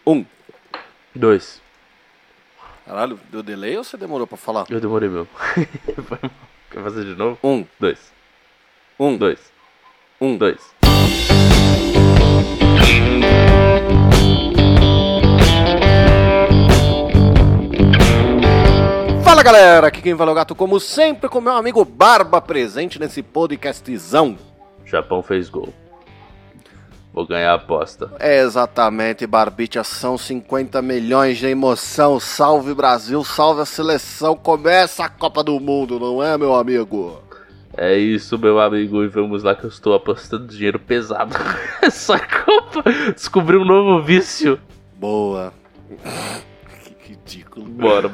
Um. 2. Caralho, deu delay ou você demorou pra falar? Eu demorei mesmo. Quer fazer de novo? 1. 2. 1. 2. 1. 2. Fala galera, aqui quem fala é o Gato, como sempre, com meu amigo Barba presente nesse podcastzão. Japão fez gol. Vou ganhar a aposta. É exatamente, Barbicha, são 50 milhões de emoção. Salve Brasil, salve a seleção, começa a Copa do Mundo, não é, meu amigo? É isso, meu amigo, e vamos lá que eu estou apostando dinheiro pesado. Essa Copa descobri um novo vício. Boa. Que ridículo. Bora.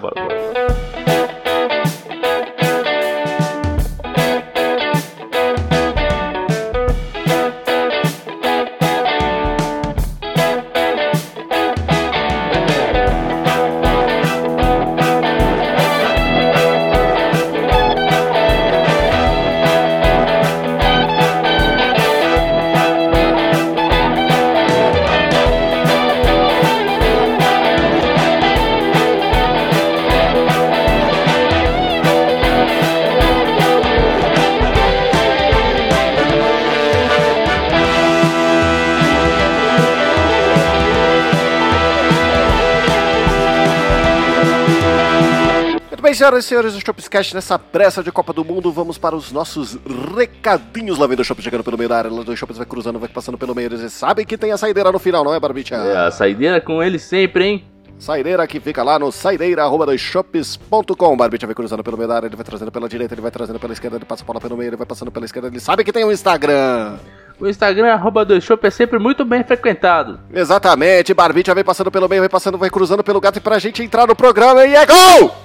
Bem, senhoras e senhores do Shopscast, nessa pressa de Copa do Mundo, vamos para os nossos recadinhos. Lá vem do Shop chegando pelo meio da área, lá do Shops vai cruzando, vai passando pelo meio. Eles sabem que tem a saideira no final, não é, Barbicha? É, a saideira com ele sempre, hein? Saideira que fica lá no saideira@doisshops.com. Barbicha vai cruzando pelo meio da área, ele vai trazendo pela direita, ele vai trazendo pela esquerda, ele passa a bola pelo meio, ele vai passando pela esquerda, ele sabe que tem um Instagram. O Instagram @doisshop é sempre muito bem frequentado. Exatamente, Barbicha vem passando pelo meio, vai passando, vai cruzando pelo gato e pra gente entrar no programa e é gol!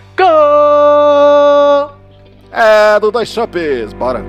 Gol! É do Dois Shops, bora.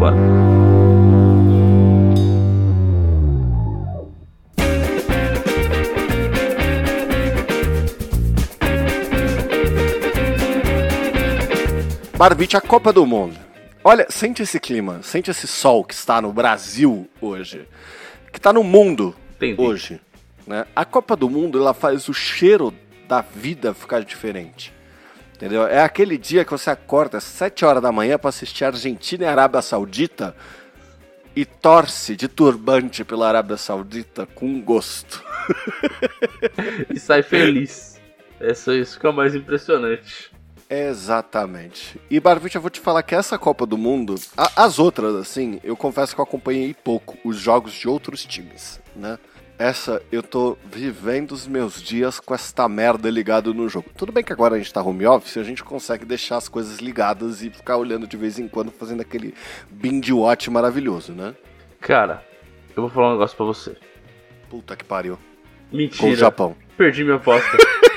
Barbicha, a Copa do Mundo. Olha, sente esse clima, sente esse sol que está no Brasil hoje, que está no mundo. Entendi. Hoje, né? A Copa do Mundo, ela faz o cheiro da vida ficar diferente. Entendeu? É aquele dia que você acorda às 7 horas da manhã para assistir Argentina e Arábia Saudita e torce de turbante pela Arábia Saudita com gosto. E sai feliz. Isso que é o mais impressionante. Exatamente. E, Barbicha, eu vou te falar que essa Copa do Mundo, as outras, assim, eu confesso que eu acompanhei pouco os jogos de outros times, né? Essa, eu tô vivendo os meus dias com esta merda ligado no jogo. Tudo bem que agora a gente tá home office, a gente consegue deixar as coisas ligadas e ficar olhando de vez em quando, fazendo aquele binge watch maravilhoso, né? Cara, eu vou falar um negócio pra você. Puta que pariu. Mentira. Com o Japão. Perdi minha aposta.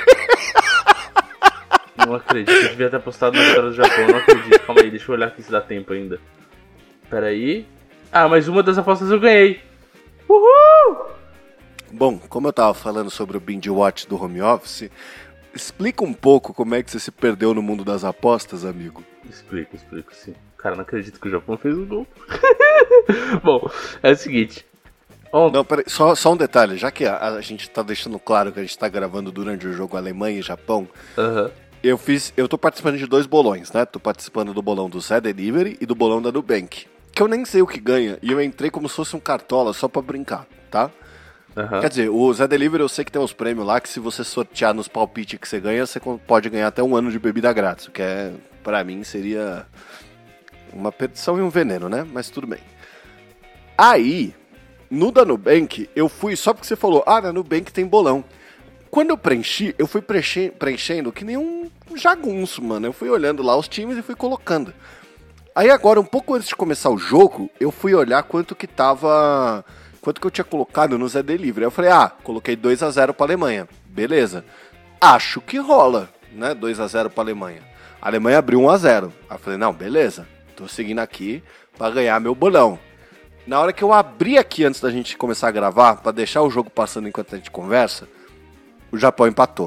Não acredito, eu devia ter apostado na vitória do Japão, não acredito. Calma aí, deixa eu olhar aqui se dá tempo ainda. Pera aí. Ah, mas uma das apostas eu ganhei. Uhul! Bom, como eu tava falando sobre o binge watch do home office, explica um pouco como é que você se perdeu no mundo das apostas, amigo. Explico sim. Cara, não acredito que o Japão fez um gol. Bom, é o seguinte. Não, peraí, só um detalhe, já que a gente tá deixando claro que a gente tá gravando durante o jogo Alemanha e Japão, eu tô participando de 2 bolões, né? Tô participando do bolão do Zé Delivery e do bolão da Nubank, que eu nem sei o que ganha, e eu entrei como se fosse um cartola só pra brincar, tá? Quer dizer, o Zé Delivery eu sei que tem uns prêmios lá que se você sortear nos palpites que você ganha, você pode ganhar até 1 ano de bebida grátis, o que pra mim seria uma perdição e um veneno, né? Mas tudo bem. Aí, no da Nubank, eu fui só porque você falou, na Nubank tem bolão. Quando eu preenchi, eu fui preenchendo que nem um jagunço, mano. Eu fui olhando lá os times e fui colocando. Aí agora, um pouco antes de começar o jogo, eu fui olhar quanto que eu tinha colocado no Zé Delivery. Eu falei, coloquei 2-0 pra Alemanha. Beleza. Acho que rola, né? 2-0 pra Alemanha. A Alemanha abriu 1-0. Aí eu falei, não, beleza. Tô seguindo aqui pra ganhar meu bolão. Na hora que eu abri aqui antes da gente começar a gravar, pra deixar o jogo passando enquanto a gente conversa, o Japão empatou.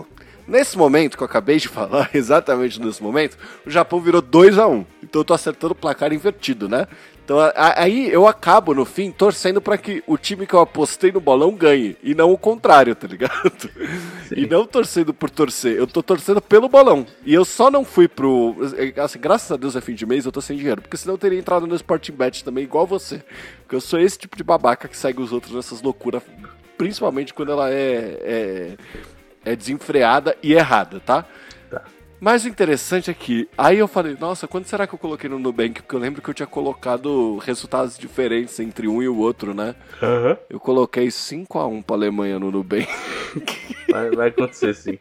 Nesse momento que eu acabei de falar, exatamente nesse momento, o Japão virou 2-1. Então eu tô acertando o placar invertido, né? Então aí eu acabo, no fim, torcendo pra que o time que eu apostei no bolão ganhe. E não o contrário, tá ligado? Sim. E não torcendo por torcer. Eu tô torcendo pelo bolão. E eu só não fui pro... Assim, graças a Deus é fim de mês, eu tô sem dinheiro. Porque senão eu teria entrado no Sporting Bet também, igual você. Porque eu sou esse tipo de babaca que segue os outros nessas loucuras. Principalmente quando ela é desenfreada e errada, tá? Mas o interessante é que, aí eu falei, nossa, quanto será que eu coloquei no Nubank? Porque eu lembro que eu tinha colocado resultados diferentes entre um e o outro, né? Uhum. Eu coloquei 5-1 pra Alemanha no Nubank. Vai acontecer, sim.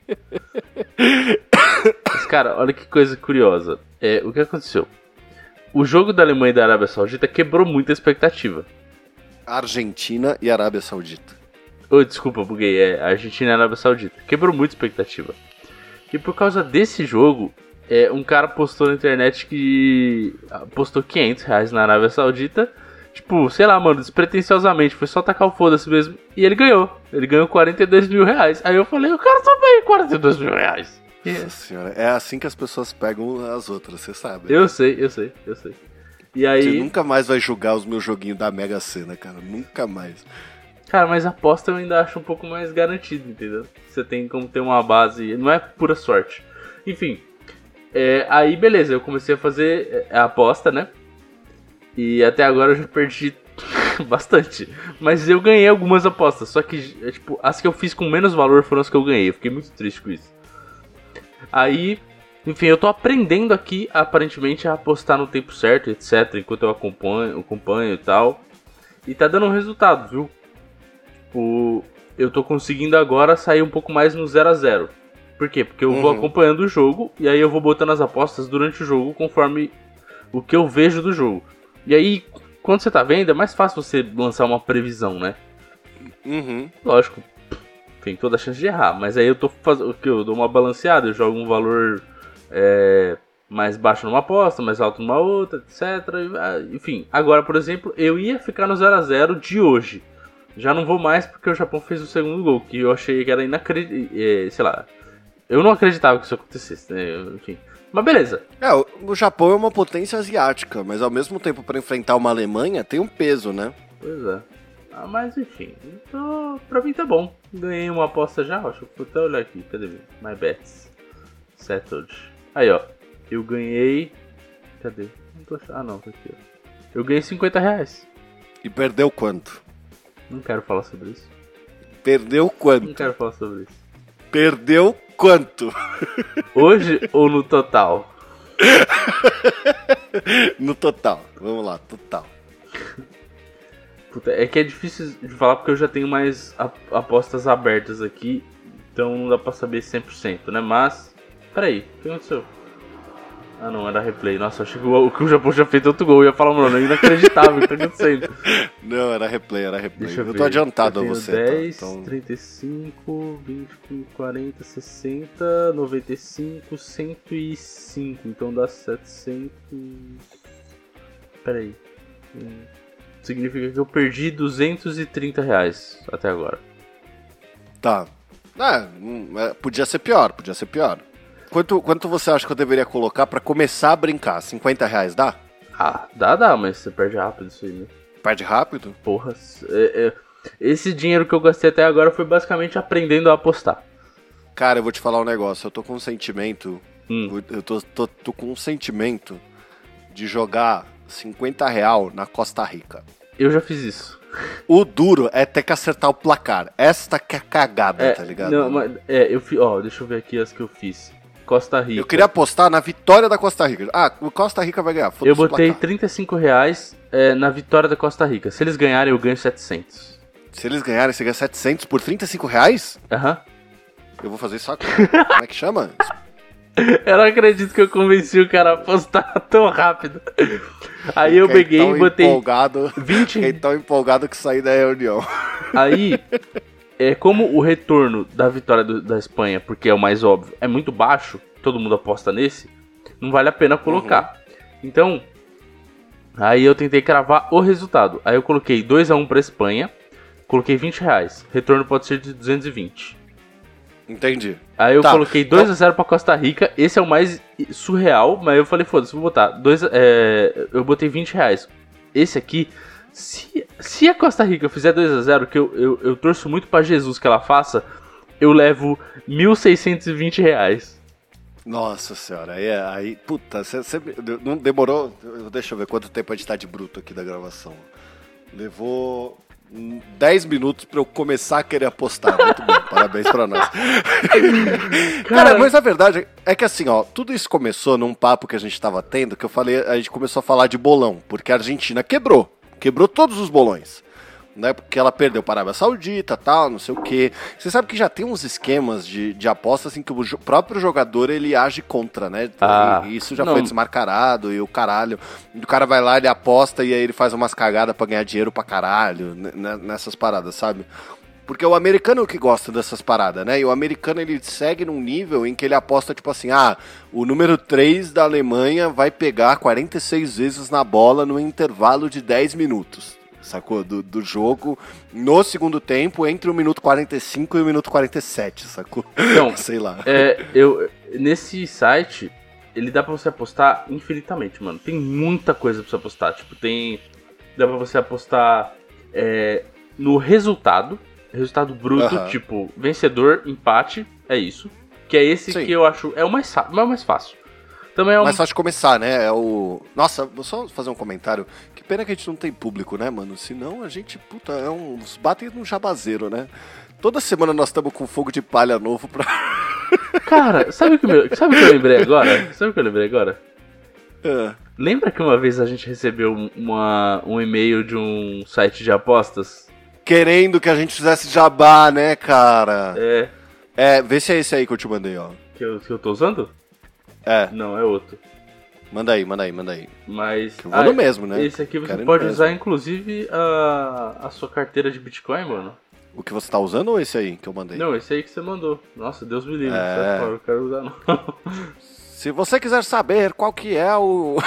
Mas, cara, olha que coisa curiosa. O que aconteceu? O jogo da Alemanha e da Arábia Saudita quebrou muita expectativa. Argentina e Arábia Saudita. Desculpa, buguei. Argentina e Arábia Saudita. Quebrou muita expectativa. E por causa desse jogo, um cara postou na internet que postou R$500 na Arábia Saudita. Tipo, sei lá, mano, despretensiosamente. Foi só tacar o foda-se mesmo. E ele ganhou. Ele ganhou R$42 mil. Aí eu falei, o cara só ganhou R$42 mil. Nossa senhora, é assim que as pessoas pegam as outras, você sabe. Eu sei. E aí... Você nunca mais vai julgar os meus joguinhos da Mega Sena, cara. Nunca mais. Cara, mas a aposta eu ainda acho um pouco mais garantida, entendeu? Você tem como ter uma base, não é pura sorte. Enfim, aí beleza, eu comecei a fazer a aposta, né? E até agora eu já perdi bastante. Mas eu ganhei algumas apostas, só que tipo, as que eu fiz com menos valor foram as que eu ganhei. Eu fiquei muito triste com isso. Aí, enfim, eu tô aprendendo aqui, aparentemente, a apostar no tempo certo, etc. Enquanto eu acompanho e tal. E tá dando um resultado, viu? Eu tô conseguindo agora sair um pouco mais no 0-0. Por quê? Porque eu vou acompanhando o jogo e aí eu vou botando as apostas durante o jogo conforme o que eu vejo do jogo. E aí, quando você tá vendo, é mais fácil você lançar uma previsão, né? Lógico, tem toda a chance de errar, mas aí eu tô fazendo o que? Eu dou uma balanceada, eu jogo um valor mais baixo numa aposta, mais alto numa outra, etc. Enfim, agora, por exemplo, eu ia ficar no 0-0 de hoje. Já não vou mais porque o Japão fez o segundo gol, que eu achei que era inacreditável, sei lá, eu não acreditava que isso acontecesse, né? Enfim, mas beleza. O Japão é uma potência asiática, mas ao mesmo tempo para enfrentar uma Alemanha tem um peso, né? Pois é. Mas enfim, então, pra mim tá bom. Ganhei uma aposta já, acho que vou até olhar aqui, cadê my bets? Settled. Aí ó, eu ganhei, cadê? Não tô achando, não, tá aqui ó. Eu ganhei R$50. E perdeu quanto? Não quero falar sobre isso. Perdeu quanto? Não quero falar sobre isso. Perdeu quanto? Hoje ou no total? No total. Vamos lá, total. Puta, é que é difícil de falar porque eu já tenho mais apostas abertas aqui. Então não dá pra saber 100%, né? Mas... Peraí, o que aconteceu? Ah não, era replay. Nossa, achei que o Japão tinha feito outro gol. Eu ia falar, mano, é inacreditável o que tá acontecendo. Não, era replay. Deixa eu tô adiantado a você. 10, tá? Então... 35, 20, 40, 60, 95, 105. Então dá 700... Peraí. Significa que eu perdi R$230 até agora. Tá. Podia ser pior. Quanto você acha que eu deveria colocar pra começar a brincar? R$50 dá? Dá, mas você perde rápido isso aí, né? Perde rápido? Porra, esse dinheiro que eu gastei até agora foi basicamente aprendendo a apostar. Cara, eu vou te falar um negócio, eu tô com um sentimento, eu tô com um sentimento de jogar R$50 na Costa Rica. Eu já fiz isso. O duro é ter que acertar o placar. Esta que é a cagada, tá ligado? Não, mas, deixa eu ver aqui as que eu fiz. Costa Rica. Eu queria apostar na vitória da Costa Rica. O Costa Rica vai ganhar. Eu botei R$35 na vitória da Costa Rica. Se eles ganharem, eu ganho 700. Se eles ganharem, você ganha 700 por R$35? Aham. Eu vou fazer isso agora. Como é que chama? Eu não acredito que eu convenci o cara a apostar tão rápido. Aí eu peguei e botei 20. Fiquei tão empolgado que saí da reunião. Aí, como o retorno da vitória da Espanha, porque é o mais óbvio, é muito baixo, todo mundo aposta nesse, não vale a pena colocar. Então, aí eu tentei cravar o resultado. Aí eu coloquei 2-1 pra Espanha, coloquei R$20. Retorno pode ser de 220. Entendi. Aí eu coloquei 2-0 pra Costa Rica. Esse é o mais surreal, mas eu falei, foda-se, vou botar. Eu botei R$20. Esse aqui, se a Costa Rica fizer 2-0, que eu torço muito pra Jesus que ela faça, eu levo R$1.620. Nossa senhora, aí puta, você não demorou, deixa eu ver quanto tempo a gente tá de bruto aqui da gravação. Levou 10 minutos pra eu começar a querer apostar. Muito bom, parabéns pra nós. Cara, mas a verdade é que assim, ó, tudo isso começou num papo que a gente tava tendo, que eu falei, a gente começou a falar de bolão, porque a Argentina quebrou todos os bolões. Né, porque ela perdeu para a Arábia Saudita, tal, não sei o quê. Você sabe que já tem uns esquemas de aposta assim que o próprio jogador ele age contra, né? E isso já foi desmarcarado e o caralho. E o cara vai lá, ele aposta e aí ele faz umas cagadas pra ganhar dinheiro pra caralho, nessas paradas, sabe? Porque o americano que gosta dessas paradas, né? E o americano ele segue num nível em que ele aposta tipo assim, o número 3 da Alemanha vai pegar 46 vezes na bola no intervalo de 10 minutos. Sacou? Do jogo no segundo tempo, entre o minuto 45 e o minuto 47, sacou? Então, sei lá. Nesse site, ele dá pra você apostar infinitamente, mano. Tem muita coisa pra você apostar. Tipo, dá pra você apostar no resultado bruto, tipo, vencedor, empate, é isso. Que é esse Sim. que eu acho é o mais fácil. Também é mais fácil de começar, né? Nossa, vou só fazer um comentário. Que pena que a gente não tem público, né, mano? Senão a gente, puta, uns batem no jabazeiro, né? Toda semana nós estamos com fogo de palha novo pra... Cara, sabe o que eu lembrei agora? Lembra que uma vez a gente recebeu um e-mail de um site de apostas? Querendo que a gente fizesse jabá, né, cara? Vê se é esse aí que eu te mandei, ó. Que eu tô usando? Não, é outro. Manda aí. Mas eu vou no mesmo, né? Esse aqui você pode usar, inclusive, a sua carteira de Bitcoin, mano. O que você tá usando ou esse aí que eu mandei? Não, esse aí que você mandou. Nossa, Deus me livre. Eu não quero usar, não. Se você quiser saber qual que é o...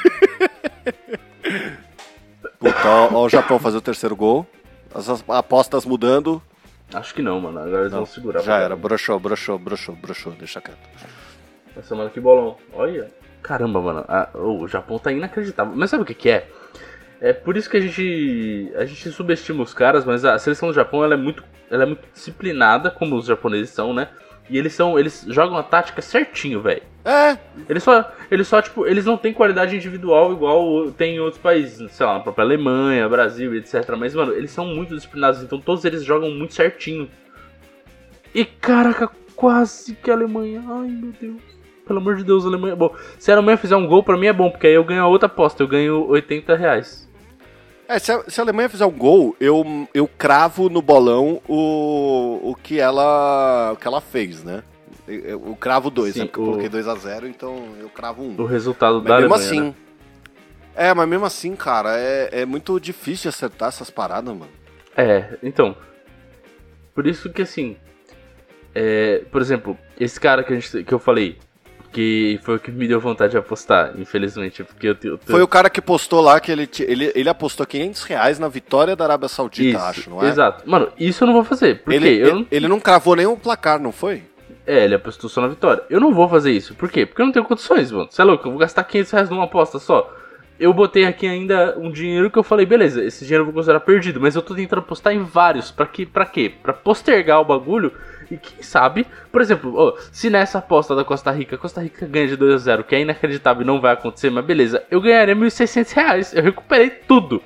Puta, ó o Japão fazer o terceiro gol. As apostas mudando. Acho que não, mano. Agora eles vão segurar. Já era. Broxou. Deixa quieto. Essa mano, que bolão. Olha. Caramba, mano. O Japão tá inacreditável. Mas sabe o que é? É por isso que a gente subestima os caras, mas a seleção do Japão ela é muito disciplinada, como os japoneses são, né? E eles jogam a tática certinho, velho. Eles só, tipo, eles não têm qualidade individual igual tem em outros países, sei lá, na própria Alemanha, Brasil, etc. Mas, mano, eles são muito disciplinados, então todos eles jogam muito certinho. E, caraca, quase que a Alemanha... Ai, meu Deus. Pelo amor de Deus, a Alemanha... Bom, se a Alemanha fizer um gol, pra mim é bom, porque aí eu ganho a outra aposta, eu ganho R$80. Se a Alemanha fizer um gol, eu cravo no bolão o que ela fez, né? Eu cravo 2, né? Porque eu coloquei 2-0, então eu cravo 1. O resultado da Alemanha, assim, né? Mas mesmo assim, cara, é muito difícil de acertar essas paradas, mano. Então. Por isso que, assim... por exemplo, esse cara que eu falei... Que foi o que me deu vontade de apostar, infelizmente, porque Foi o cara que postou lá que ele apostou R$500 na vitória da Arábia Saudita, acho, não é? Exato. Mano, isso eu não vou fazer, porque ele não cravou nenhum placar, não foi? Ele apostou só na vitória. Eu não vou fazer isso, por quê? Porque eu não tenho condições, mano. Você é louco, eu vou gastar R$500 numa aposta só. Eu botei aqui ainda um dinheiro que eu falei, beleza, esse dinheiro eu vou considerar perdido, mas eu tô tentando apostar em vários, pra quê? Pra postergar o bagulho. E quem sabe, por exemplo, se nessa aposta da Costa Rica ganha de 2-0, que é inacreditável e não vai acontecer, mas beleza, eu ganharia R$1.600, eu recuperei tudo.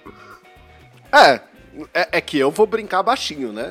É que eu vou brincar baixinho, né?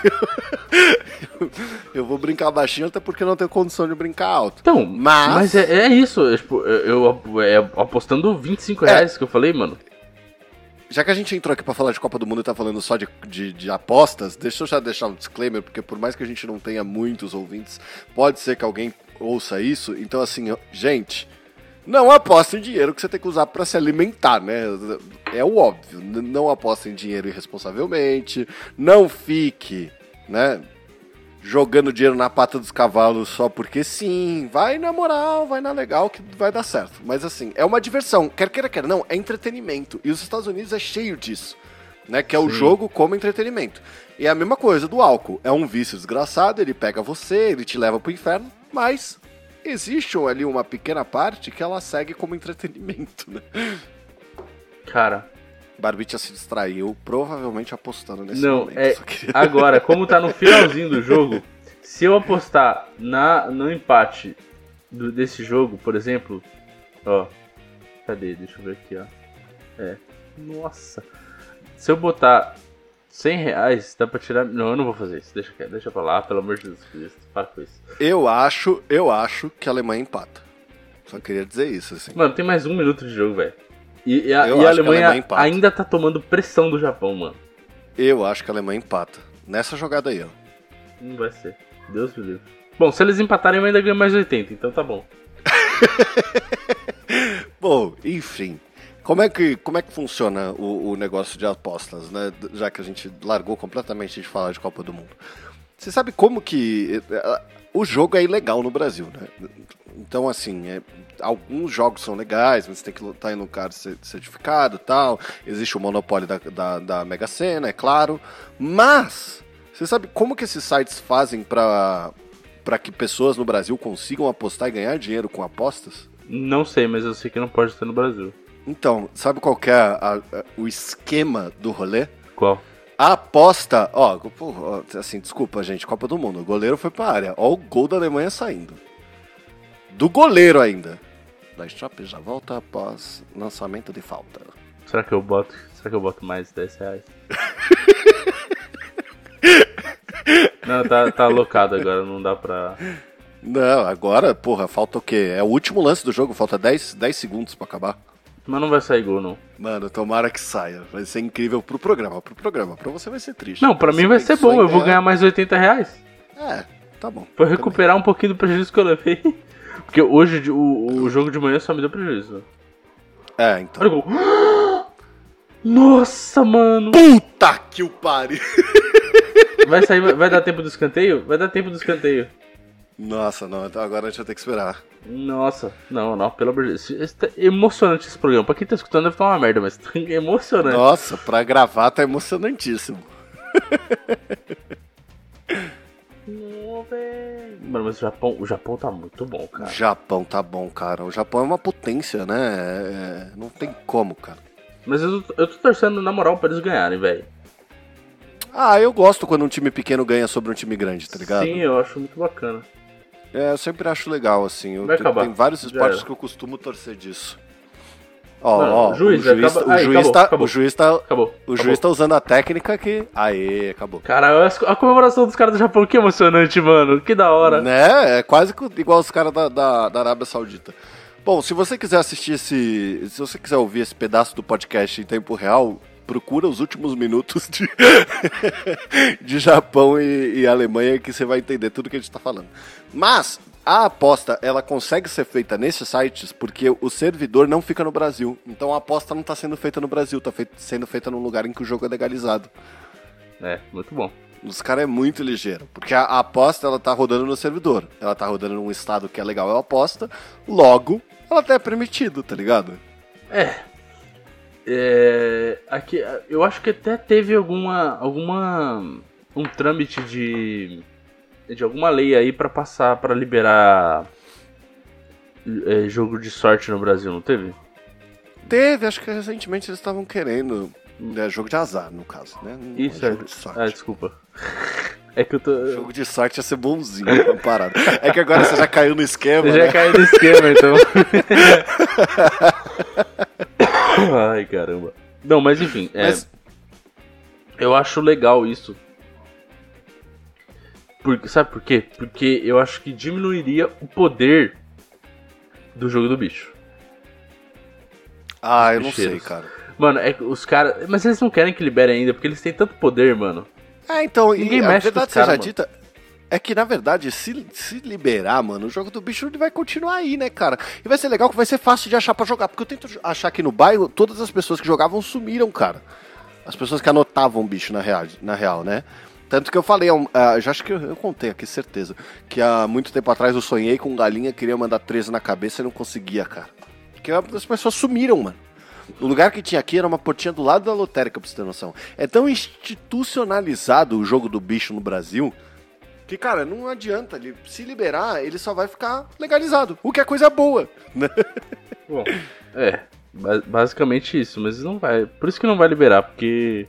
Eu vou brincar baixinho até porque não tenho condição de brincar alto. Então, mas é isso, eu apostando R$25 que eu falei, mano. Já que a gente entrou aqui pra falar de Copa do Mundo e tá falando só de apostas, deixa eu já deixar um disclaimer, porque por mais que a gente não tenha muitos ouvintes, pode ser que alguém ouça isso. Então, assim, gente, não aposte em dinheiro que você tem que usar pra se alimentar, né? É o óbvio. Não aposte em dinheiro irresponsavelmente, não fique, né, jogando dinheiro na pata dos cavalos só porque sim. Vai na moral, vai na legal que vai dar certo. Mas assim, é uma diversão. Quer queira, quer não, é entretenimento. E os Estados Unidos é cheio disso, né? Que é o jogo como entretenimento. E é a mesma coisa do álcool. É um vício desgraçado, ele pega você, ele te leva pro inferno, mas existe ali uma pequena parte que ela segue como entretenimento, né? Cara... Barbicha se distraiu, provavelmente apostando nesse não, momento. Agora, como tá no finalzinho do jogo, se eu apostar no empate desse jogo, por exemplo... Ó, cadê? Deixa eu ver aqui, ó. Nossa. Se eu botar 100 reais, dá pra tirar... Não, eu não vou fazer isso. Deixa pra lá, pelo amor de Deus. Para com isso. Eu acho que a Alemanha empata. Só queria dizer isso, assim. Mano, tem mais 1 minuto de jogo, velho. E a Alemanha ainda tá tomando pressão do Japão, mano. Eu acho que a Alemanha empata. Nessa jogada aí, ó. Não vai ser. Deus me livre. Bom, se eles empatarem, eu ainda ganho mais 80, então tá bom. Bom, enfim. Como é que funciona o negócio de apostas, né? Já que a gente largou completamente de falar de Copa do Mundo. Você sabe como que... O jogo é ilegal no Brasil, né? Então, assim, alguns jogos são legais, mas você tem que estar em um cara certificado e tal. Existe o monopólio da Mega Sena, é claro. Mas, você sabe como que esses sites fazem para que pessoas no Brasil consigam apostar e ganhar dinheiro com apostas? Não sei, mas eu sei que não pode ter no Brasil. Então, sabe qual que é o esquema do rolê? Qual? A aposta, assim, desculpa, gente, Copa do Mundo, o goleiro foi pra área, ó o gol da Alemanha saindo. Do goleiro ainda. Da Stop já volta após lançamento de falta. Será que eu boto mais 10 reais? Não, tá alocado agora, não dá pra... Não, agora, falta o quê? É o último lance do jogo, falta 10 segundos pra acabar. Mas não vai sair gol, não. Mano, tomara que saia. Vai ser incrível pro programa. Pra você vai ser triste. Não, pra mim vai ser bom. Eu vou ganhar mais 80 reais. Tá bom. Vou recuperar um pouquinho do prejuízo que eu levei. Porque hoje o jogo de manhã só me deu prejuízo. Então. Olha o gol. Nossa, mano. Puta que o pariu. Vai dar tempo do escanteio? Vai dar tempo do escanteio. Nossa, não. Então agora a gente vai ter que esperar. Nossa, não, pelo amor de Deus. É emocionante esse programa. Pra quem tá escutando deve estar uma merda, mas é emocionante. Nossa, pra gravar tá emocionantíssimo. Não, velho. Mano, mas o Japão tá muito bom, cara. O Japão tá bom, cara. O Japão é uma potência, né? Não tem como, cara. Mas eu tô torcendo, na moral, pra eles ganharem, velho. Eu gosto quando um time pequeno ganha sobre um time grande, tá ligado? Sim, eu acho muito bacana. Eu sempre acho legal, assim. Tem vários esportes que eu costumo torcer disso. O juiz tá usando a técnica que... Aê, acabou. Cara, a comemoração dos caras do Japão, que emocionante, mano. Que da hora. Né? É quase igual os caras da Arábia Saudita. Bom, se você quiser assistir se você quiser ouvir esse pedaço do podcast em tempo real, procura os últimos minutos de Japão e Alemanha que você vai entender tudo que a gente tá falando. Mas a aposta, ela consegue ser feita nesses sites porque o servidor não fica no Brasil. Então a aposta não tá sendo feita no Brasil, tá sendo feita num lugar em que o jogo é legalizado. Muito bom. Os caras é muito ligeiro, porque a aposta ela tá rodando no servidor. Ela tá rodando num estado que é legal, é a aposta. Logo, ela até é permitido, tá ligado? Aqui, eu acho que até teve um trâmite de alguma lei aí pra passar, pra liberar jogo de sorte no Brasil, não teve? Teve, acho que recentemente eles estavam querendo. Jogo de azar, no caso, né? Isso, jogo de sorte. Desculpa. É que eu tô... Jogo de sorte ia ser bonzinho, comparado. É que agora você já caiu no esquema, né? Já caiu no esquema, então. Ai, caramba. Não, mas enfim, eu acho legal isso. Sabe por quê? Porque eu acho que diminuiria o poder do jogo do bicho. Eu não sei, cara. Mano, os caras... Mas eles não querem que libere ainda, porque eles têm tanto poder, mano. Então, ninguém mexe a verdade seja dita, é que, na verdade, se liberar, mano, o jogo do bicho ele vai continuar aí, né, cara? E vai ser legal que vai ser fácil de achar pra jogar, porque eu tento achar aqui no bairro, todas as pessoas que jogavam sumiram, cara. As pessoas que anotavam bicho na real, né? Tanto que eu falei, já acho que eu contei aqui, certeza, que há muito tempo atrás eu sonhei com galinha, queria mandar 13 na cabeça e não conseguia, cara. Porque as pessoas sumiram, mano. O lugar que tinha aqui era uma portinha do lado da lotérica, pra você ter noção. É tão institucionalizado o jogo do bicho no Brasil que, cara, não adianta. Ele se liberar, ele só vai ficar legalizado. O que é coisa boa, né? Bom, basicamente isso. Mas não vai. Por isso que não vai liberar, porque...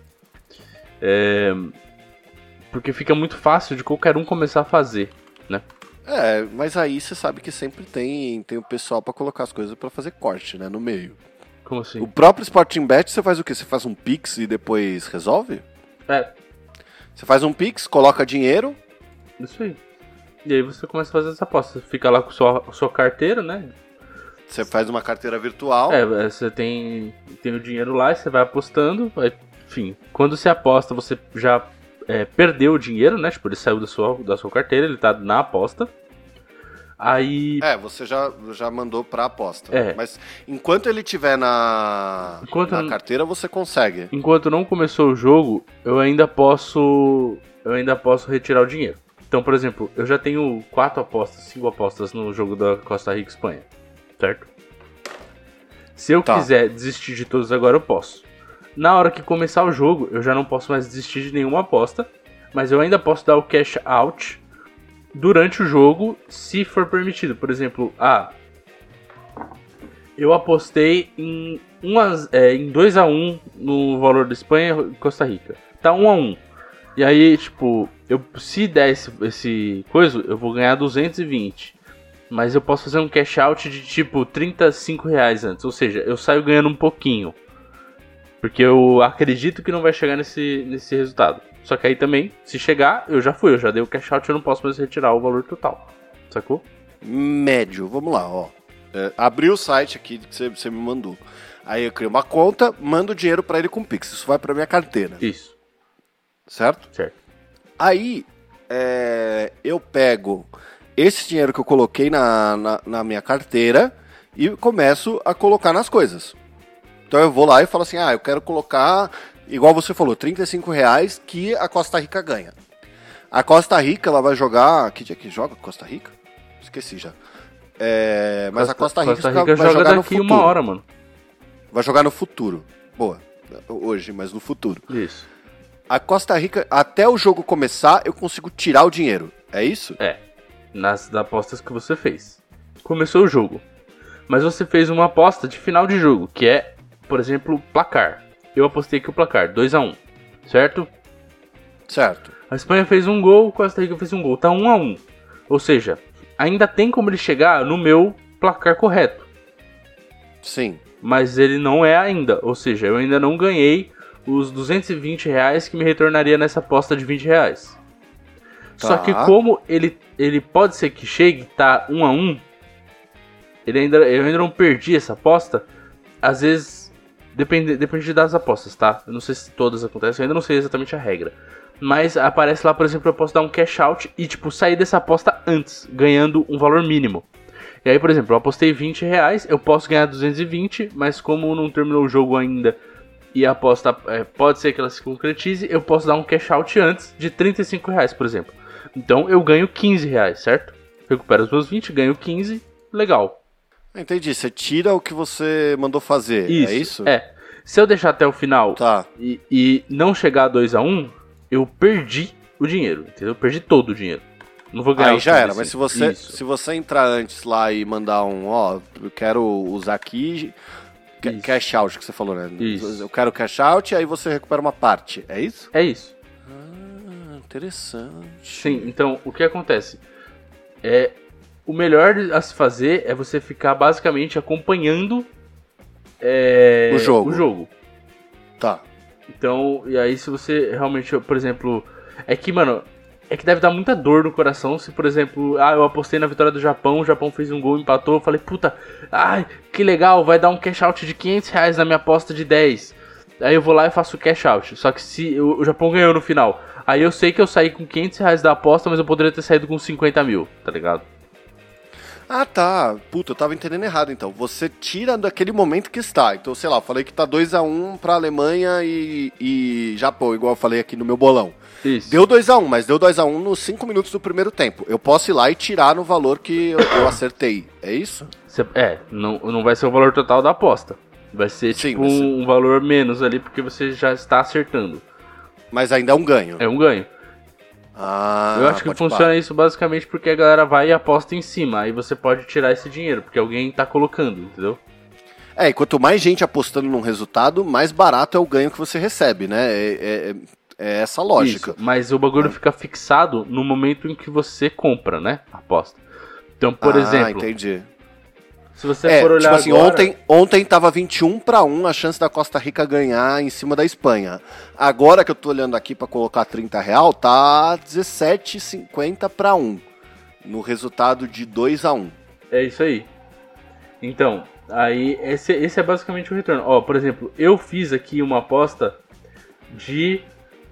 Porque fica muito fácil de qualquer um começar a fazer, né? Mas aí você sabe que sempre tem o pessoal pra colocar as coisas pra fazer corte, né, no meio. Como assim? O próprio Sporting Bet, você faz o quê? Você faz um Pix e depois resolve? Você faz um Pix, coloca dinheiro... Isso aí. E aí você começa a fazer essa aposta. Você fica lá com sua carteira, né? Você faz uma carteira virtual. Você tem o dinheiro lá e você vai apostando. Enfim, quando você aposta, você já perdeu o dinheiro, né? Tipo, ele saiu da sua carteira, ele tá na aposta. Aí... você já mandou pra aposta. Mas enquanto ele tiver na carteira, você consegue. Enquanto não começou o jogo, eu ainda posso retirar o dinheiro. Então, por exemplo, eu já tenho 5 apostas no jogo da Costa Rica e Espanha, certo? Se eu quiser desistir de todos agora, eu posso. Na hora que começar o jogo, eu já não posso mais desistir de nenhuma aposta, mas eu ainda posso dar o cash out durante o jogo, se for permitido. Por exemplo, eu apostei em 2-1 no valor da Espanha e Costa Rica. Tá 1-1. E aí, tipo, se der esse coisa, eu vou ganhar 220. Mas eu posso fazer um cash out de tipo R$35 antes. Ou seja, eu saio ganhando um pouquinho. Porque eu acredito que não vai chegar nesse resultado. Só que aí também, se chegar, eu já dei o cash out, eu não posso mais retirar o valor total. Sacou? Médio, vamos lá, ó. Abri o site aqui que você me mandou. Aí eu crio uma conta, mando o dinheiro pra ele com Pix. Isso vai pra minha carteira. Isso. Certo? Certo. Aí, eu pego esse dinheiro que eu coloquei na minha carteira e começo a colocar nas coisas. Então eu vou lá e falo assim, eu quero colocar, igual você falou, R$35 que a Costa Rica ganha. A Costa Rica, ela vai jogar... Que dia que joga Costa Rica? Esqueci já. Mas a Costa Rica vai jogar no futuro. 1 hora, mano. Vai jogar no futuro. Boa. Hoje, mas no futuro. Isso. A Costa Rica, até o jogo começar, eu consigo tirar o dinheiro. É isso? Nas apostas que você fez. Começou o jogo. Mas você fez uma aposta de final de jogo, que é, por exemplo, placar. Eu apostei aqui o placar, 2-1. Certo? Certo. A Espanha fez um gol, a Costa Rica fez um gol. Tá 1-1. Ou seja, ainda tem como ele chegar no meu placar correto. Sim. Mas ele não é ainda. Ou seja, eu ainda não ganhei os R$220 que me retornaria nessa aposta de R$20. Só que como ele pode ser que chegue, tá 1-1, eu ainda não perdi essa aposta. Às vezes, depende das apostas, tá? Eu não sei se todas acontecem, eu ainda não sei exatamente a regra. Mas aparece lá, por exemplo, eu posso dar um cash out e tipo sair dessa aposta antes, ganhando um valor mínimo. E aí, por exemplo, eu apostei R$20, eu posso ganhar 220, mas como não terminou o jogo ainda e a aposta pode ser que ela se concretize, eu posso dar um cash out antes de R$35, por exemplo. Então eu ganho R$15, certo? Recupero os meus 20, ganho 15, legal. Entendi, você tira o que você mandou fazer, isso, é isso? Se eu deixar até o final e não chegar a 2-1, eu perdi o dinheiro, entendeu? Eu perdi todo o dinheiro. Não vou ganhar. Aí já era, mas se você entrar antes lá e mandar eu quero usar aqui... Cash out que você falou, né? Isso. Eu quero cash out e aí você recupera uma parte, é isso? É isso. Interessante. Sim, então o que acontece? O melhor a se fazer é você ficar basicamente acompanhando o jogo. Tá. Então, e aí se você realmente, por exemplo... É que deve dar muita dor no coração se, por exemplo, eu apostei na vitória do Japão, o Japão fez um gol, empatou, eu falei, puta, que legal, vai dar um cash out de R$500 na minha aposta de 10. Aí eu vou lá e faço o cash out, só que se o Japão ganhou no final, aí eu sei que eu saí com R$500 da aposta, mas eu poderia ter saído com 50 mil, tá ligado? Ah, tá. Puta, eu tava entendendo errado, então. Você tira daquele momento que está. Então, sei lá, eu falei que tá 2-1 pra Alemanha e Japão, igual eu falei aqui no meu bolão. Isso. Deu 2-1, mas deu 2-1 nos 5 minutos do primeiro tempo. Eu posso ir lá e tirar no valor que eu acertei. É isso? Não vai ser o valor total da aposta. Vai ser tipo um valor menos ali, porque você já está acertando. Mas ainda é um ganho. É um ganho. Eu acho que funciona isso basicamente porque a galera vai e aposta em cima. Aí você pode tirar esse dinheiro, porque alguém tá colocando, entendeu? E quanto mais gente apostando num resultado, mais barato é o ganho que você recebe, né? É essa lógica. Isso, mas o bagulho fica fixado no momento em que você compra, né? A aposta. Então, por exemplo... entendi. Se você for olhar tipo assim, agora... ontem tava 21-1 a chance da Costa Rica ganhar em cima da Espanha. Agora que eu tô olhando aqui pra colocar R$30, tá 17,50-1. No resultado de 2-1. É isso aí. Então, aí esse é basicamente o retorno. Ó, por exemplo, eu fiz aqui uma aposta de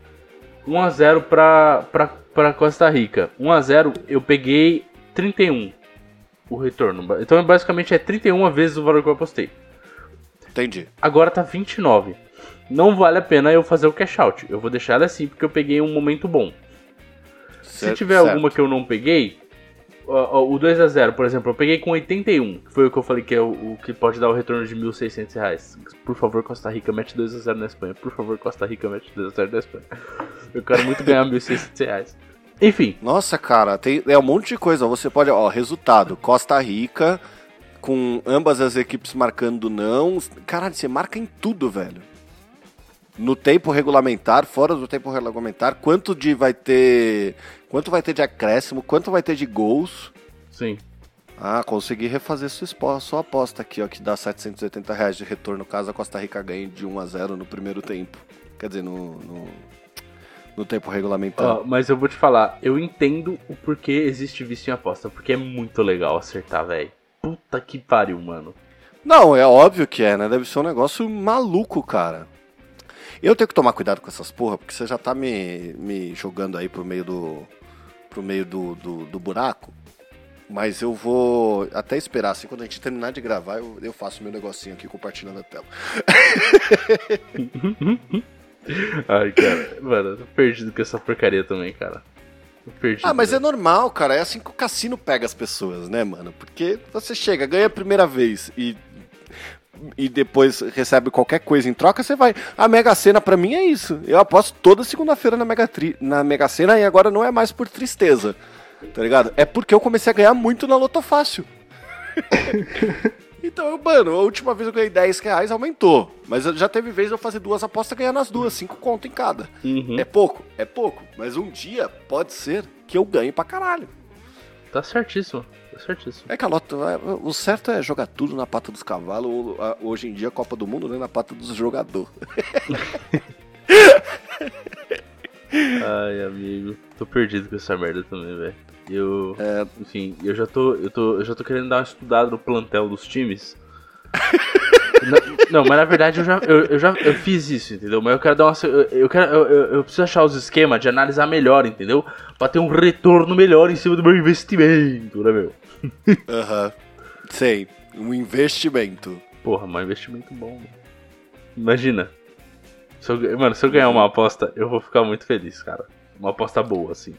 1-0 pra Costa Rica. 1-0 eu peguei 31 o retorno. Então basicamente é 31 vezes o valor que eu apostei. Entendi. Agora tá 29. Não vale a pena eu fazer o cash out. Eu vou deixar ela assim porque eu peguei um momento bom. Se tiver alguma que eu não peguei, o 2-0, por exemplo, eu peguei com 81. Que foi o que eu falei que é o que pode dar o retorno de R$1.600. Por favor, Costa Rica, mete 2-0 na Espanha. Por favor, Costa Rica, mete 2-0 na Espanha. Eu quero muito ganhar R$1.600. Enfim. Nossa, cara, é um monte de coisa. Você pode, resultado, Costa Rica, com ambas as equipes marcando não. Caralho, você marca em tudo, velho. No tempo regulamentar, fora do tempo regulamentar, quanto vai ter de acréscimo, quanto vai ter de gols. Sim. Consegui refazer sua aposta aqui, ó, que dá R$780 de retorno caso a Costa Rica ganhe de 1-0 no primeiro tempo. Quer dizer, no tempo regulamentar. Mas eu vou te falar, eu entendo o porquê existe vício em aposta, porque é muito legal acertar, velho. Puta que pariu, mano. Não, é óbvio que é, né? Deve ser um negócio maluco, cara. Eu tenho que tomar cuidado com essas porra, porque você já tá me jogando aí pro meio do buraco. Mas eu vou até esperar, assim, quando a gente terminar de gravar, eu faço meu negocinho aqui compartilhando a tela. Ai, cara, mano, eu tô perdido com essa porcaria também, cara. Mas é normal, cara, é assim que o cassino pega as pessoas, né, mano? Porque você chega, ganha a primeira vez e depois recebe qualquer coisa em troca, você vai. A Mega Sena pra mim é isso. Eu aposto toda segunda-feira na Mega Sena e agora não é mais por tristeza, tá ligado? É porque eu comecei a ganhar muito na Loto Fácil. Então, mano, a última vez eu ganhei R$10, aumentou. Mas já teve vez eu fazer 2 apostas e ganhar nas 2, 5 conto em cada. Uhum. É pouco. Mas um dia pode ser que eu ganhe pra caralho. Tá certíssimo. É que a Loto, o certo é jogar tudo na pata dos cavalos. Hoje em dia, a Copa do Mundo, né, na pata dos jogadores. Ai, amigo. Tô perdido com essa merda também, velho. Enfim, eu já tô querendo dar uma estudada no plantel dos times. Não, mas na verdade eu fiz isso, entendeu? Mas eu quero dar uma. Eu preciso achar os esquemas de analisar melhor, entendeu? Pra ter um retorno melhor em cima do meu investimento, né, meu? Aham. Sei, um investimento. Porra, mas um investimento bom, mano. Imagina. Se eu ganhar uma aposta, eu vou ficar muito feliz, cara. Uma aposta boa, assim.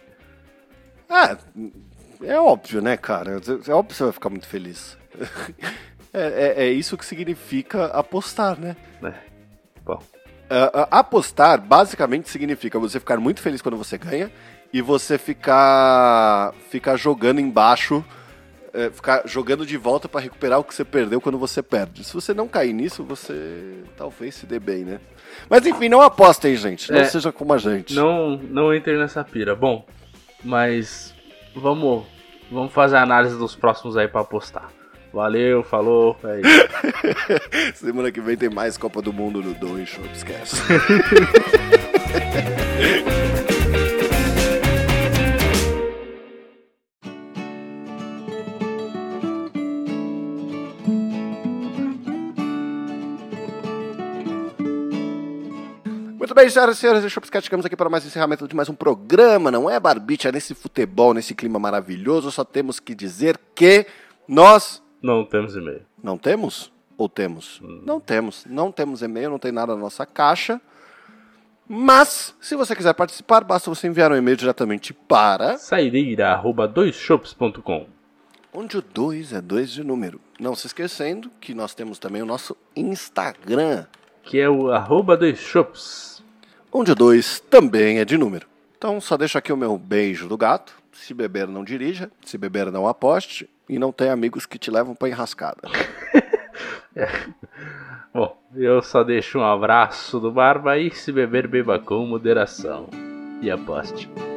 É óbvio, né, cara? É óbvio que você vai ficar muito feliz. É isso que significa apostar, né? Bom. Apostar basicamente significa você ficar muito feliz quando você ganha e você ficar jogando embaixo, ficar jogando de volta pra recuperar o que você perdeu quando você perde. Se você não cair nisso, você talvez se dê bem, né? Mas enfim, não apostem, gente. Não seja como a gente. Não entre nessa pira. Bom, mas vamos fazer a análise dos próximos aí pra apostar. Valeu, falou, é isso. Semana que vem tem mais Copa do Mundo no Dois Shopscast. Muito bem, senhoras e senhores do Shopscast, chegamos aqui para mais encerramento de mais um programa, não é, Barbicha? Nesse futebol, nesse clima maravilhoso, só temos que dizer que nós... Não temos e-mail. Não temos? Ou temos? Não temos. Não temos e-mail, não tem nada na nossa caixa. Mas, se você quiser participar, basta você enviar um e-mail diretamente para... saideira@doisshops.com. onde o 2 é 2 de número. Não se esquecendo que nós temos também o nosso Instagram, que é o @2chops, onde o 2 também é de número. Então só deixo aqui o meu beijo do gato. Se beber, não dirija. Se beber, não aposte. E não tem amigos que te levam pra enrascada. Bom, eu só deixo um abraço do Barba e se beber, beba com moderação. E aposte.